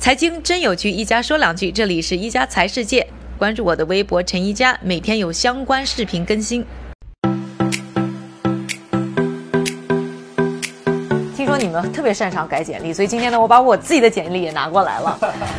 财经真有趣，一家说两句，这里是一家财世界，关注我的微博陈一家，每天有相关视频更新。听说你们特别擅长改简历，所以今天呢，我把我自己的简历也拿过来了。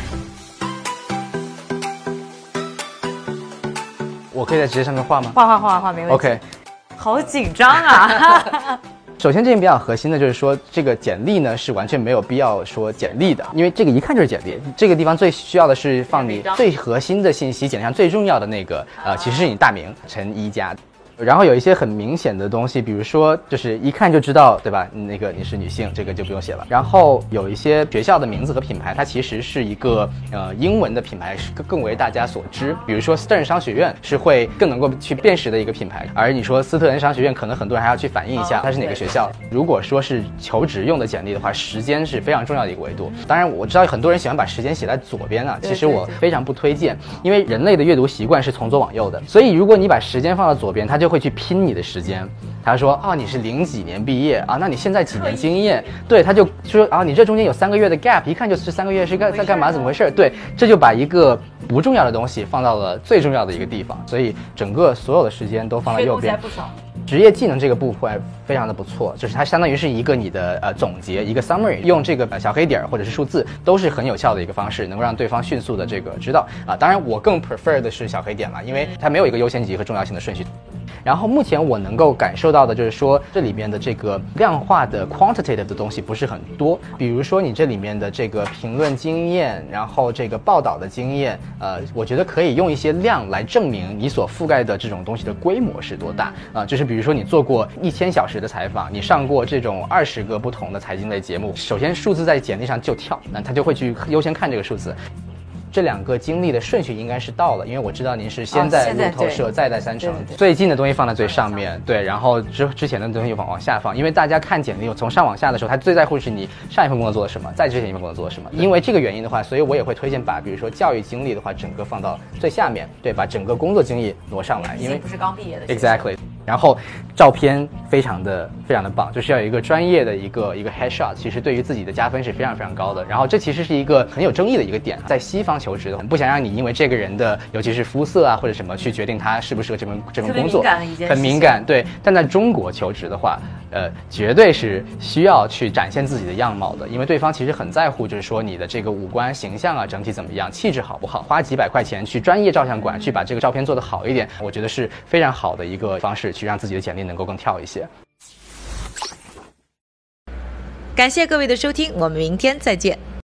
我可以在直接上面画吗？ 画，没问题。 OK， 好紧张啊！ 首先，这点比较核心的就是说，这个简历呢是完全没有必要说简历的，因为这个一看就是简历。这个地方最需要的是放你最核心的信息，简历上最重要的那个，其实是你大名陈一家。然后有一些很明显的东西，比如说就是一看就知道，对吧？那个你是女性，这个就不用写了。然后有一些学校的名字和品牌，它其实是一个英文的品牌，是更为大家所知。比如说 Stern 商学院是会更能够去辨识的一个品牌，而你说斯特恩商学院，可能很多人还要去反映一下它是哪个学校。如果说是求职用的简历的话，时间是非常重要的一个维度。当然我知道很多人喜欢把时间写在左边啊，其实我非常不推荐，因为人类的阅读习惯是从左往右的，所以如果你把时间放到左边，它就会去拼你的时间。他说你是00几年毕业啊，那你现在几年经验？对，他就说你这中间有3个月的 gap， 一看就是3个月是在干嘛，怎么回事？对，这就把一个不重要的东西放到了最重要的一个地方，所以整个所有的时间都放在右边。职业技能这个部分非常的不错，就是它相当于是一个你的总结，一个 summary， 用这个小黑点或者是数字都是很有效的一个方式，能够让对方迅速的这个知道啊。当然我更 prefer 的是小黑点了，因为它没有一个优先级和重要性的顺序。然后目前我能够感受到的就是说，这里面的这个量化的 quantitative 的东西不是很多，比如说你这里面的这个评论经验，然后这个报道的经验，我觉得可以用一些量来证明你所覆盖的这种东西的规模是多大啊，就是比如说你做过1000小时的采访，你上过这种20个不同的财经类节目，首先数字在简历上就跳，那他就会去优先看这个数字。这2个经历的顺序应该是到了，因为我知道您是先在路透社，再在3城，最近的东西放在最上面，对，然后之前的东西往下放，因为大家看简历从上往下的时候，他最在乎是你上一份工作做了什么，在之前一份工作做了什么。因为这个原因的话，所以我也会推荐把比如说教育经历的话，整个放到最下面，对，把整个工作经历挪上来，因为不是刚毕业的 exactly。然后照片非常的棒，就是要有一个专业的一个 headshot， 其实对于自己的加分是非常高的。然后这其实是一个很有争议的一个点，在西方求职的话，不想让你因为这个人的尤其是肤色或者什么去决定他适不适合这份工作，很敏感，对。但在中国求职的话，绝对是需要去展现自己的样貌的，因为对方其实很在乎，就是说你的这个五官形象整体怎么样，气质好不好，花几百块钱去专业照相馆去把这个照片做得好一点，我觉得是非常好的一个方式，去让自己的简历能够更跳一些。 感谢各位的收听，我们明天再见。